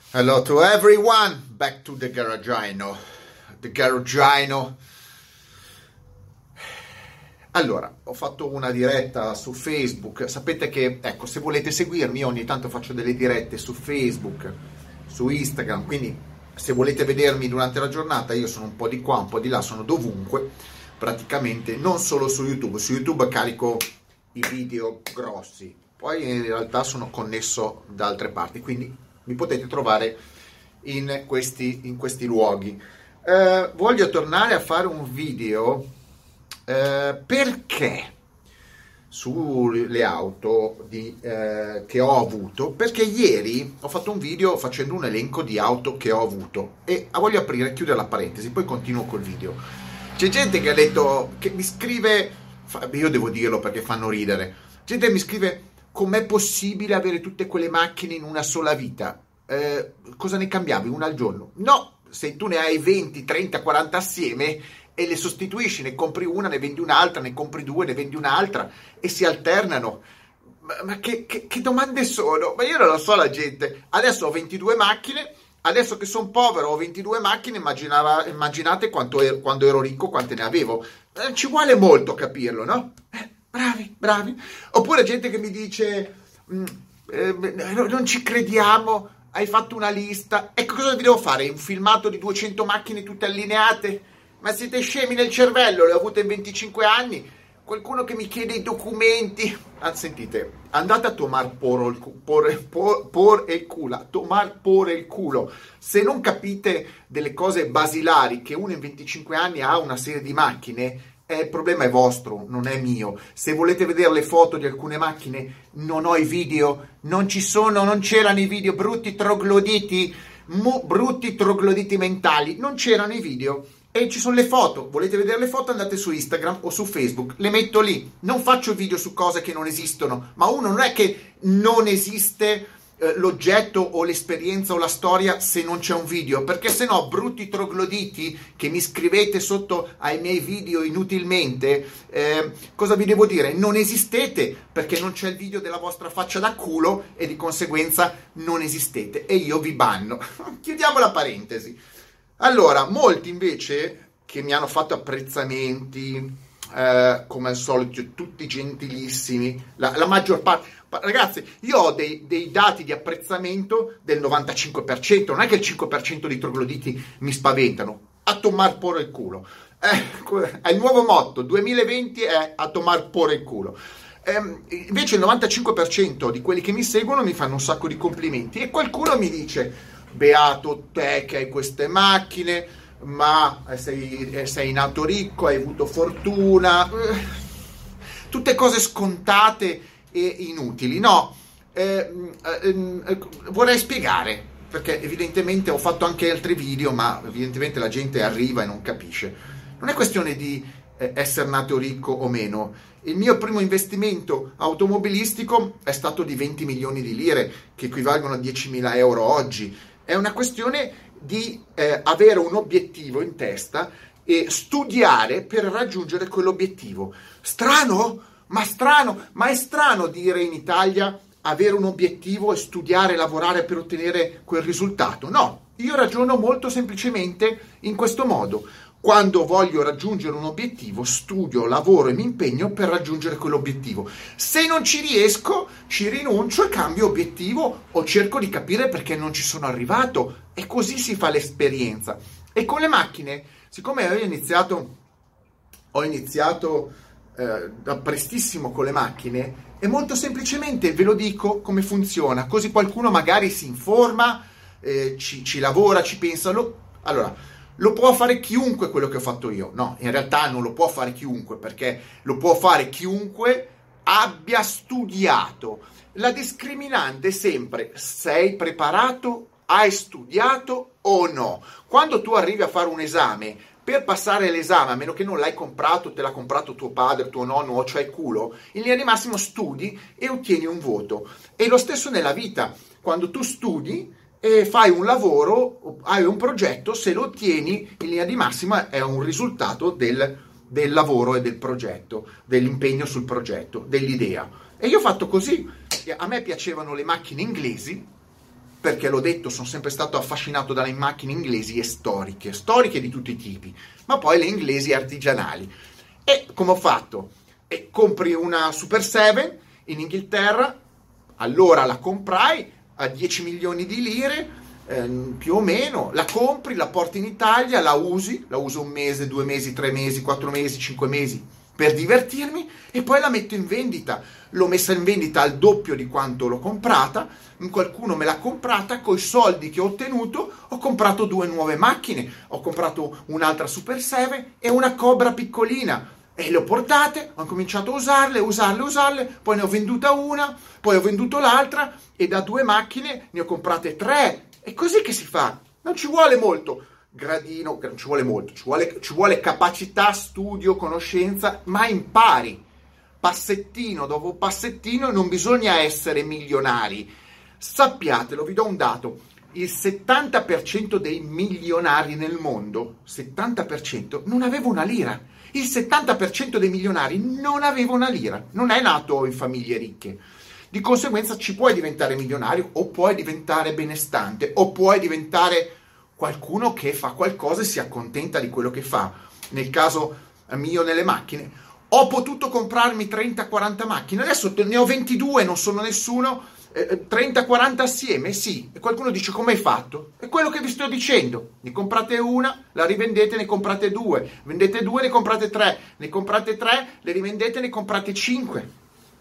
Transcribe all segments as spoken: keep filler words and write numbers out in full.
Hello to everyone, back to the Garageino. The Garageino. Allora, ho fatto una diretta su Facebook. Sapete che, ecco, se volete seguirmi, ogni tanto faccio delle dirette su Facebook, su Instagram, quindi se volete vedermi durante la giornata, io sono un po' di qua, un po' di là, sono dovunque, praticamente, non solo su YouTube. Su YouTube carico i video grossi, poi in realtà sono connesso da altre parti, quindi mi potete trovare in questi, in questi luoghi. Eh, voglio tornare a fare un video eh, perché sulle auto di, eh, che ho avuto, perché ieri ho fatto un video facendo un elenco di auto che ho avuto e voglio aprire e chiudere la parentesi, poi continuo col video. C'è gente che ha detto, che mi scrive, io devo dirlo perché fanno ridere, gente che mi scrive: com'è possibile avere tutte quelle macchine in una sola vita? Eh, cosa ne cambiavi? Una al giorno? No, se tu ne hai venti, trenta, quaranta assieme e le sostituisci, ne compri una, ne vendi un'altra, ne compri due, ne vendi un'altra e si alternano. Ma, ma che, che, che domande sono? Ma io non lo so, la gente. Adesso ho ventidue macchine, adesso che sono povero ho ventidue macchine, immaginava, immaginate quanto ero, quando ero ricco quante ne avevo. Eh, ci vuole molto capirlo, no? Eh, bravi, bravi. Oppure gente che mi dice: mh, eh, non ci crediamo, hai fatto una lista, ecco, cosa vi devo fare? Un filmato di duecento macchine tutte allineate? Ma siete scemi nel cervello? Le ho avute in venticinque anni. Qualcuno che mi chiede i documenti. Ah, sentite, andate a tomar por il, por, por, por il culo, tomar por il culo. Se non capite delle cose basilari, che uno in venticinque anni ha una serie di macchine, eh, il problema è vostro, non è mio. Se volete vedere le foto di alcune macchine, non ho i video, non ci sono, non c'erano i video, brutti trogloditi, mu, brutti trogloditi mentali, non c'erano i video. E ci sono le foto, volete vedere le foto, andate su Instagram o su Facebook, le metto lì. Non faccio video su cose che non esistono, ma uno non è che non esiste eh, l'oggetto o l'esperienza o la storia se non c'è un video, perché se no, brutti trogloditi che mi scrivete sotto ai miei video inutilmente, eh, cosa vi devo dire? Non esistete, perché non c'è il video della vostra faccia da culo e di conseguenza non esistete e io vi banno. Chiudiamo la parentesi. Allora, molti invece che mi hanno fatto apprezzamenti, eh, come al solito, tutti gentilissimi, la, la maggior parte, ragazzi, io ho dei, dei dati di apprezzamento del novantacinque per cento, non è che il cinque per cento dei trogloditi mi spaventano, a tomar por il culo. Eh, è il nuovo motto, duemilaventi è a tomar por il culo. Eh, invece il novantacinque per cento di quelli che mi seguono mi fanno un sacco di complimenti e qualcuno mi dice: beato te che hai queste macchine, ma sei, sei nato ricco, hai avuto fortuna, tutte cose scontate e inutili. No, eh, eh, vorrei spiegare, perché evidentemente ho fatto anche altri video, ma evidentemente la gente arriva e non capisce. Non è questione di eh, essere nato ricco o meno. Il mio primo investimento automobilistico è stato di venti milioni di lire, che equivalgono a diecimila euro oggi. È una questione di eh, avere un obiettivo in testa e studiare per raggiungere quell'obiettivo. Strano? Ma strano? Ma è strano dire in Italia avere un obiettivo e studiare e lavorare per ottenere quel risultato? No, io ragiono molto semplicemente in questo modo. Quando voglio raggiungere un obiettivo, studio, lavoro e mi impegno per raggiungere quell'obiettivo. Se non ci riesco, ci rinuncio e cambio obiettivo o cerco di capire perché non ci sono arrivato. E così si fa l'esperienza. E con le macchine, siccome ho iniziato, ho iniziato eh, da prestissimo con le macchine, è molto semplicemente, ve lo dico come funziona, così qualcuno magari si informa, eh, ci, ci lavora, ci pensa. Lo, allora... Lo può fare chiunque quello che ho fatto io? No, in realtà non lo può fare chiunque, perché lo può fare chiunque abbia studiato. La discriminante è sempre: sei preparato, hai studiato o no. Quando tu arrivi a fare un esame, per passare l'esame, a meno che non l'hai comprato, te l'ha comprato tuo padre, tuo nonno o c'hai culo, in linea di massimo studi e ottieni un voto. E lo stesso nella vita, quando tu studi e fai un lavoro, hai un progetto, se lo ottieni in linea di massima è un risultato del, del lavoro e del progetto, dell'impegno sul progetto, dell'idea. E io ho fatto così. A me piacevano le macchine inglesi perché l'ho detto, sono sempre stato affascinato dalle macchine inglesi e storiche, storiche di tutti i tipi, ma poi le inglesi artigianali. E come ho fatto? E compri una Super sette in Inghilterra, allora la comprai a dieci milioni di lire, ehm, più o meno, la compri, la porti in Italia, la usi, la uso un mese, due mesi, tre mesi, quattro mesi, cinque mesi, per divertirmi, e poi la metto in vendita. L'ho messa in vendita al doppio di quanto l'ho comprata, qualcuno me l'ha comprata, coi soldi che ho ottenuto ho comprato due nuove macchine, ho comprato un'altra Super sette e una Cobra piccolina, e le ho portate, ho cominciato a usarle, usarle, usarle, poi ne ho venduta una, poi ho venduto l'altra, e da due macchine ne ho comprate tre. È così che si fa, non ci vuole molto gradino, non ci vuole molto, ci vuole, ci vuole capacità, studio, conoscenza, ma impari passettino dopo passettino. Non bisogna essere milionari, sappiatelo. Vi do un dato: il settanta per cento dei milionari nel mondo, settanta per cento, non aveva una lira. Il settanta per cento dei milionari non aveva una lira, non è nato in famiglie ricche. Di conseguenza ci puoi diventare milionario, o puoi diventare benestante, o puoi diventare qualcuno che fa qualcosa e si accontenta di quello che fa. Nel caso mio, nelle macchine, ho potuto comprarmi trenta quaranta macchine, adesso ne ho ventidue, non sono nessuno, eh, trenta quaranta assieme, sì. E qualcuno dice: come hai fatto? È quello che vi sto dicendo: ne comprate una, la rivendete, ne comprate due, vendete due, ne comprate tre, ne comprate tre, le rivendete, ne comprate cinque.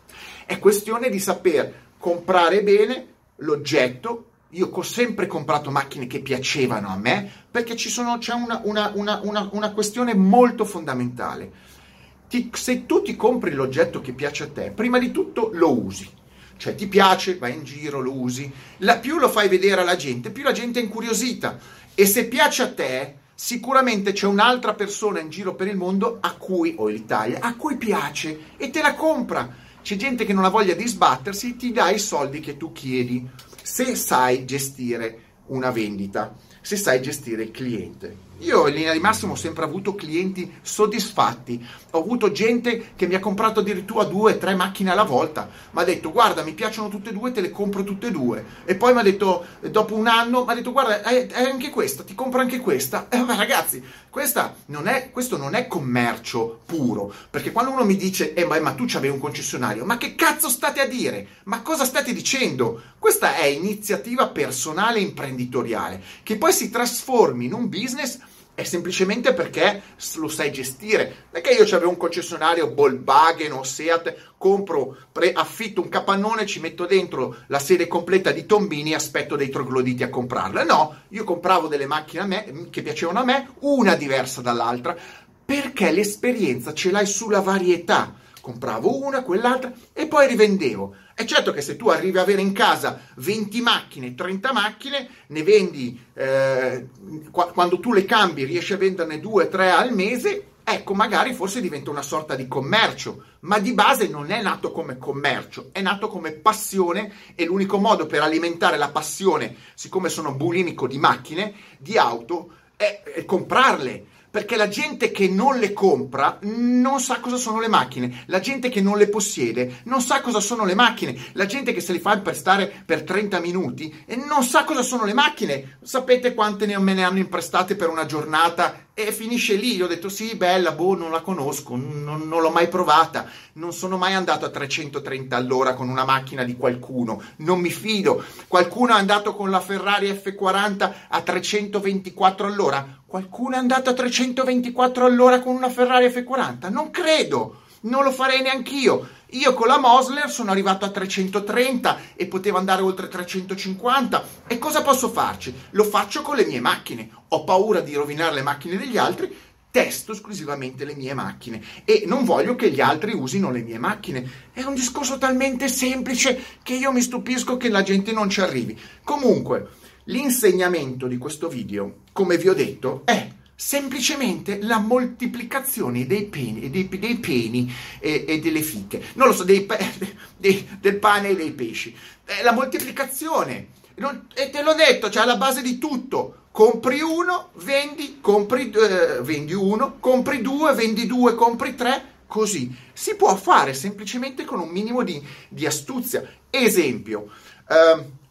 È questione di saper comprare bene l'oggetto. Io ho sempre comprato macchine che piacevano a me, perché ci sono, c'è una, una, una, una, una questione molto fondamentale. Ti, se tu ti compri l'oggetto che piace a te, prima di tutto lo usi. Cioè ti piace, vai in giro, lo usi. La, più lo fai vedere alla gente, più la gente è incuriosita. E se piace a te, sicuramente c'è un'altra persona in giro per il mondo a cui, o l'Italia, a cui piace e te la compra. C'è gente che non ha voglia di sbattersi, ti dà i soldi che tu chiedi, se sai gestire una vendita, se sai gestire il cliente. Io in linea di massimo ho sempre avuto clienti soddisfatti, ho avuto gente che mi ha comprato addirittura due, tre macchine alla volta, mi ha detto: guarda, mi piacciono tutte e due, te le compro tutte e due. E poi mi ha detto, dopo un anno, mi ha detto: guarda, hai, hai anche questa, ti compro anche questa. Eh, ma ragazzi, questa non è, questo non è commercio puro, perché quando uno mi dice: eh, ma, ma tu c'avevi un concessionario, ma che cazzo state a dire? Ma cosa state dicendo? Questa è iniziativa personale e imprenditoriale, che poi si trasformi in un business. È semplicemente perché lo sai gestire. Non è che io c'avevo un concessionario Volkswagen o Seat, compro, pre, affitto un capannone, ci metto dentro la serie completa di tombini e aspetto dei trogloditi a comprarle. No, io compravo delle macchine a me, che piacevano a me, una diversa dall'altra, perché l'esperienza ce l'hai sulla varietà. Compravo una, quell'altra e poi rivendevo. È certo che se tu arrivi a avere in casa venti macchine, trenta macchine, ne vendi, eh, qu- quando tu le cambi riesci a venderne due, tre al mese, ecco, magari forse diventa una sorta di commercio, ma di base non è nato come commercio, è nato come passione, e l'unico modo per alimentare la passione, siccome sono bulimico di macchine, di auto, è, è comprarle. Perché la gente che non le compra non sa cosa sono le macchine, la gente che non le possiede non sa cosa sono le macchine, la gente che se li fa imprestare per trenta minuti e non sa cosa sono le macchine. Sapete quante ne me ne hanno imprestate per una giornata e finisce lì? Io ho detto: sì, bella, boh, non la conosco, non, non l'ho mai provata, non sono mai andato a trecentotrenta all'ora con una macchina di qualcuno, non mi fido. Qualcuno è andato con la Ferrari F quaranta a trecentoventiquattro all'ora? Qualcuno è andato a trecentoventiquattro all'ora con una Ferrari F quaranta? Non credo, non lo farei neanch'io. Io con la Mosler sono arrivato a trecentotrenta e potevo andare oltre trecentocinquanta. E cosa posso farci? Lo faccio con le mie macchine. Ho paura di rovinare le macchine degli altri, testo esclusivamente le mie macchine e non voglio che gli altri usino le mie macchine. È un discorso talmente semplice che io mi stupisco che la gente non ci arrivi. Comunque, l'insegnamento di questo video, come vi ho detto, è semplicemente la moltiplicazione dei peni, dei, dei peni e, e delle fiche. Non lo so, dei, dei, del pane e dei pesci. È la moltiplicazione. Non, e te l'ho detto, c'è alla base di tutto. Compri uno, vendi, compri, eh, vendi uno, compri due, vendi due, compri tre. Così si può fare semplicemente con un minimo di, di astuzia. Esempio, eh,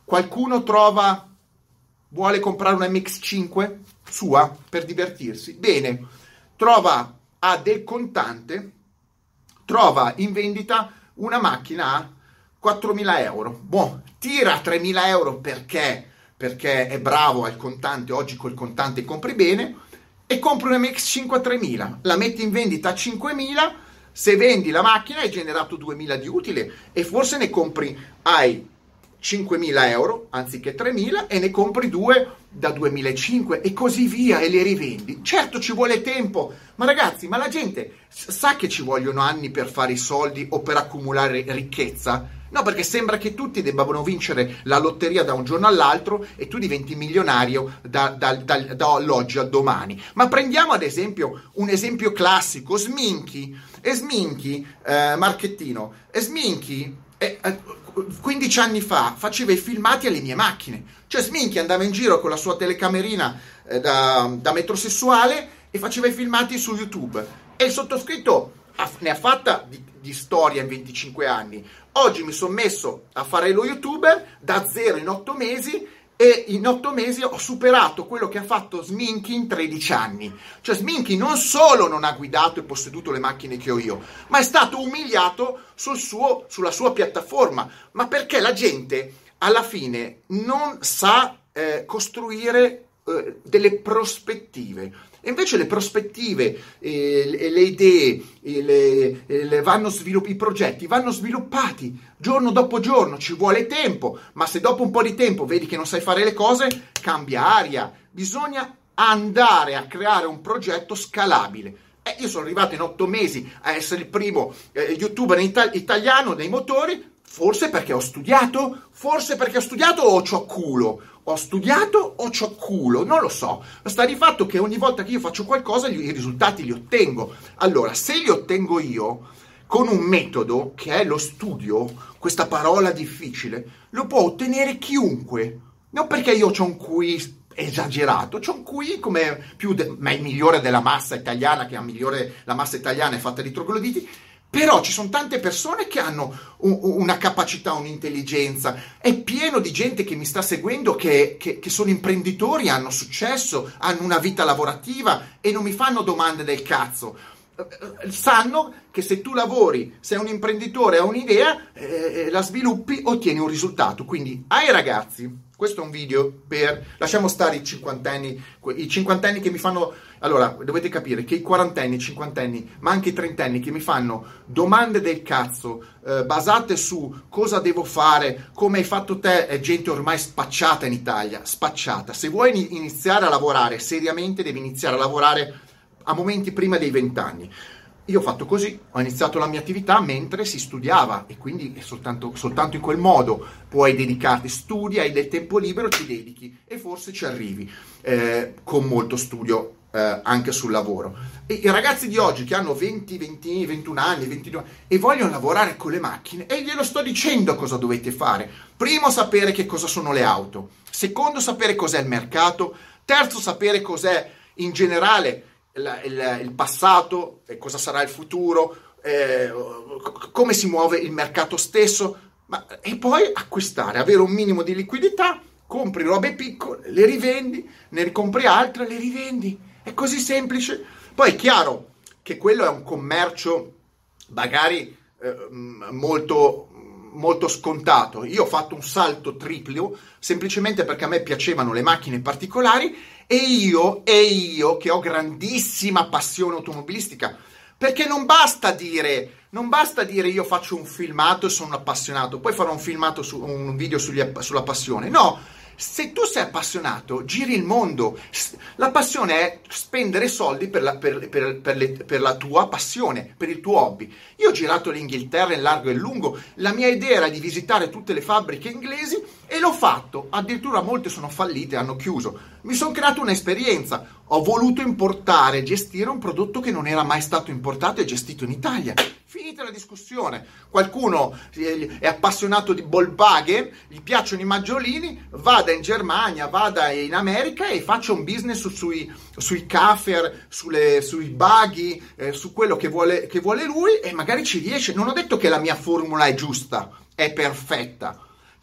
Qualcuno trova, vuole comprare una M X cinque sua per divertirsi? Bene, trova a del contante, trova in vendita una macchina a quattromila euro. Boh, tira tremila euro perché? Perché è bravo al contante, oggi col contante compri bene, e compri una M X cinque a tremila, la metti in vendita a cinquemila, se vendi la macchina hai generato duemila di utile e forse ne compri, hai cinquemila euro anziché tremila e ne compri due da duemilacinque e così via e le rivendi. Certo ci vuole tempo, ma ragazzi, ma la gente sa che ci vogliono anni per fare i soldi o per accumulare ricchezza? No, perché sembra che tutti debbano vincere la lotteria da un giorno all'altro e tu diventi milionario da, da, da, dall'oggi al domani. Ma prendiamo ad esempio un esempio classico, Sminky. E Sminky, eh, Marchettino, e Sminky eh, quindici anni fa faceva i filmati alle mie macchine. Cioè Sminky andava in giro con la sua telecamerina eh, da, da metrosessuale e faceva i filmati su YouTube. E il sottoscritto ha, ne ha fatta di, di storia in venticinque anni. Oggi mi sono messo a fare lo youtuber da zero in otto mesi e in otto mesi ho superato quello che ha fatto Sminky in tredici anni. Cioè Sminky non solo non ha guidato e posseduto le macchine che ho io, ma è stato umiliato sul suo, sulla sua piattaforma. Ma perché la gente alla fine non sa eh, costruire eh, delle prospettive. E invece le prospettive, eh, le, le idee, eh, le, eh, le vanno svilupp- i progetti vanno sviluppati giorno dopo giorno, ci vuole tempo, ma se dopo un po' di tempo vedi che non sai fare le cose, cambia aria. Bisogna andare a creare un progetto scalabile. Eh, io sono arrivato in otto mesi a essere il primo eh, youtuber in ita- italiano dei motori, forse perché ho studiato, forse perché ho studiato o c'ho culo. Ho studiato o c'ho culo? Non lo so. Sta di fatto che ogni volta che io faccio qualcosa i risultati li ottengo. Allora, se li ottengo io con un metodo che è lo studio, questa parola difficile, lo può ottenere chiunque. Non perché io ho un Q I esagerato, c'ho un Q I come più de- ma è il migliore della massa italiana, che è migliore, la massa italiana è fatta di trogloditi. Però ci sono tante persone che hanno un, una capacità, un'intelligenza. È pieno di gente che mi sta seguendo che, che, che sono imprenditori, hanno successo, hanno una vita lavorativa e non mi fanno domande del cazzo. Sanno che se tu lavori, sei un imprenditore, hai un'idea, eh, la sviluppi, ottieni un risultato. Quindi ai ragazzi, questo è un video per, lasciamo stare i cinquantenni, i cinquantenni che mi fanno, allora dovete capire che i quarantenni, i cinquantenni, ma anche i trentenni che mi fanno domande del cazzo eh, basate su cosa devo fare, come hai fatto te, è gente ormai spacciata in Italia, spacciata. Se vuoi iniziare a lavorare seriamente devi iniziare a lavorare a momenti prima dei vent'anni. Io ho fatto così, ho iniziato la mia attività mentre si studiava e quindi soltanto, soltanto in quel modo puoi dedicarti, studi, hai del tempo libero, ti dedichi e forse ci arrivi eh, con molto studio eh, anche sul lavoro. E i ragazzi di oggi che hanno venti, venti, ventuno anni, ventidue anni e vogliono lavorare con le macchine, e glielo sto dicendo cosa dovete fare. Primo, sapere che cosa sono le auto. Secondo, sapere cos'è il mercato. Terzo, sapere cos'è in generale Il, il, il passato e cosa sarà il futuro, eh, come si muove il mercato stesso, ma, e poi acquistare, avere un minimo di liquidità, compri robe piccole, le rivendi, ne ricompri altre, le rivendi, è così semplice. Poi è chiaro che quello è un commercio magari eh, molto molto scontato. Io ho fatto un salto triplo semplicemente perché a me piacevano le macchine particolari e io, e io che ho grandissima passione automobilistica, perché non basta dire, non basta dire io faccio un filmato e sono appassionato, poi farò un filmato su un video sugli, sulla passione. No, se tu sei appassionato, giri il mondo. La passione è spendere soldi per la, per, per, per, le, per la tua passione, per il tuo hobby. Io ho girato l'Inghilterra in largo e in lungo, la mia idea era di visitare tutte le fabbriche inglesi e l'ho fatto, addirittura molte sono fallite, hanno chiuso. Mi sono creato un'esperienza, ho voluto importare, gestire un prodotto che non era mai stato importato e gestito in Italia. Finita la discussione. Qualcuno è appassionato di Volkswagen, gli piacciono i maggiolini, vada in Germania, vada in America e faccia un business su, sui, sui Kafer, sulle, sui buggy, eh, su quello che vuole, che vuole lui e magari ci riesce. Non ho detto che la mia formula è giusta, è perfetta.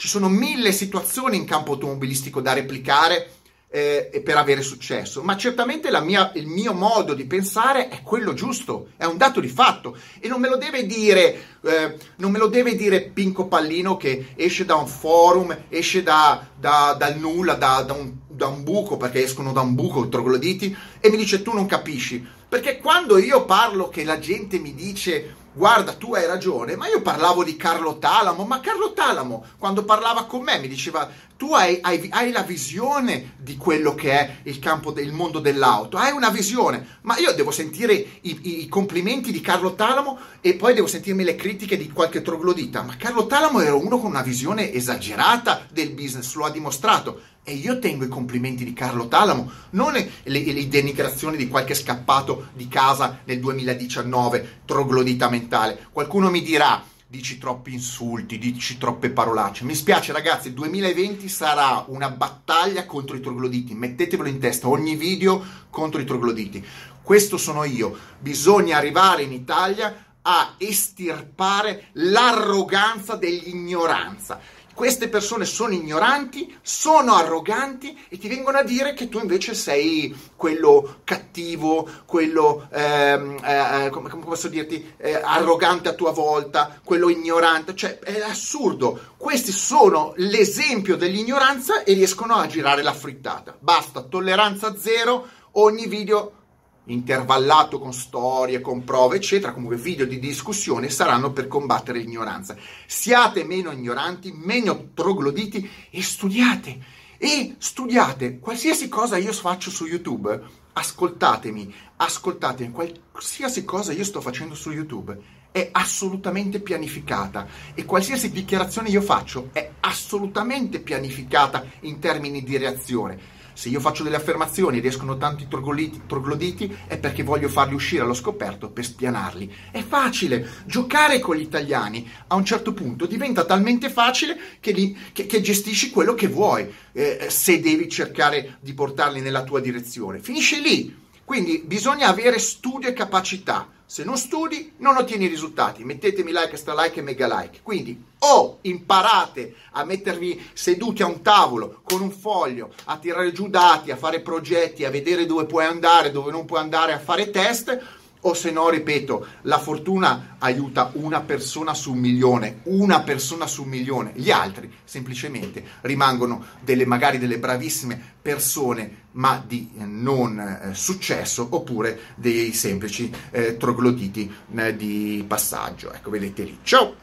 Ci sono mille situazioni in campo automobilistico da replicare eh, per avere successo, ma certamente la mia, il mio modo di pensare è quello giusto, è un dato di fatto, e non me lo deve dire, eh, non me lo deve dire Pinco Pallino che esce da un forum, esce da, da, dal nulla, da, da, un, da un buco, perché escono da un buco i trogloditi, e mi dice tu non capisci, perché quando io parlo che la gente mi dice guarda, tu hai ragione, ma io parlavo di Carlo Talamo, ma Carlo Talamo, quando parlava con me, mi diceva, tu hai, hai, hai la visione di quello che è il campo del mondo dell'auto, hai una visione, ma io devo sentire i, i, i complimenti di Carlo Talamo e poi devo sentirmi le critiche di qualche troglodita, ma Carlo Talamo era uno con una visione esagerata del business, lo ha dimostrato. E io tengo i complimenti di Carlo Talamo, non le, le denigrazioni di qualche scappato di casa nel duemiladiciannove, troglodita mentale. Qualcuno mi dirà, dici troppi insulti, dici troppe parolacce. Mi spiace ragazzi, il duemilaventi sarà una battaglia contro i trogloditi, mettetevelo in testa, ogni video contro i trogloditi. Questo sono io, bisogna arrivare in Italia a estirpare l'arroganza dell'ignoranza. Queste persone sono ignoranti, sono arroganti e ti vengono a dire che tu invece sei quello cattivo, quello, ehm, eh, come, come posso dirti, eh, arrogante a tua volta, quello ignorante, cioè è assurdo. Questi sono l'esempio dell'ignoranza e riescono a girare la frittata. Basta, tolleranza zero, ogni video intervallato con storie, con prove, eccetera, comunque video di discussione saranno per combattere l'ignoranza. Siate meno ignoranti, meno trogloditi e studiate. E studiate qualsiasi cosa io faccio su YouTube. Ascoltatemi, ascoltatemi, qualsiasi cosa io sto facendo su YouTube è assolutamente pianificata e qualsiasi dichiarazione io faccio è assolutamente pianificata in termini di reazione. Se io faccio delle affermazioni ed escono tanti trogloditi è perché voglio farli uscire allo scoperto per spianarli. È facile, giocare con gli italiani a un certo punto diventa talmente facile che, li, che, che gestisci quello che vuoi, eh, se devi cercare di portarli nella tua direzione. Finisce lì. Quindi bisogna avere studio e capacità. Se non studi, non ottieni risultati. Mettetemi like, stra like e mega like. Quindi o imparate a mettervi seduti a un tavolo con un foglio, a tirare giù dati, a fare progetti, a vedere dove puoi andare, dove non puoi andare, a fare test, o se no, ripeto, la fortuna aiuta una persona su un milione, una persona su un milione. Gli altri semplicemente rimangono delle magari delle bravissime persone, ma di non eh, successo, oppure dei semplici eh, trogloditi eh, di passaggio. Ecco, vedete lì. Ciao!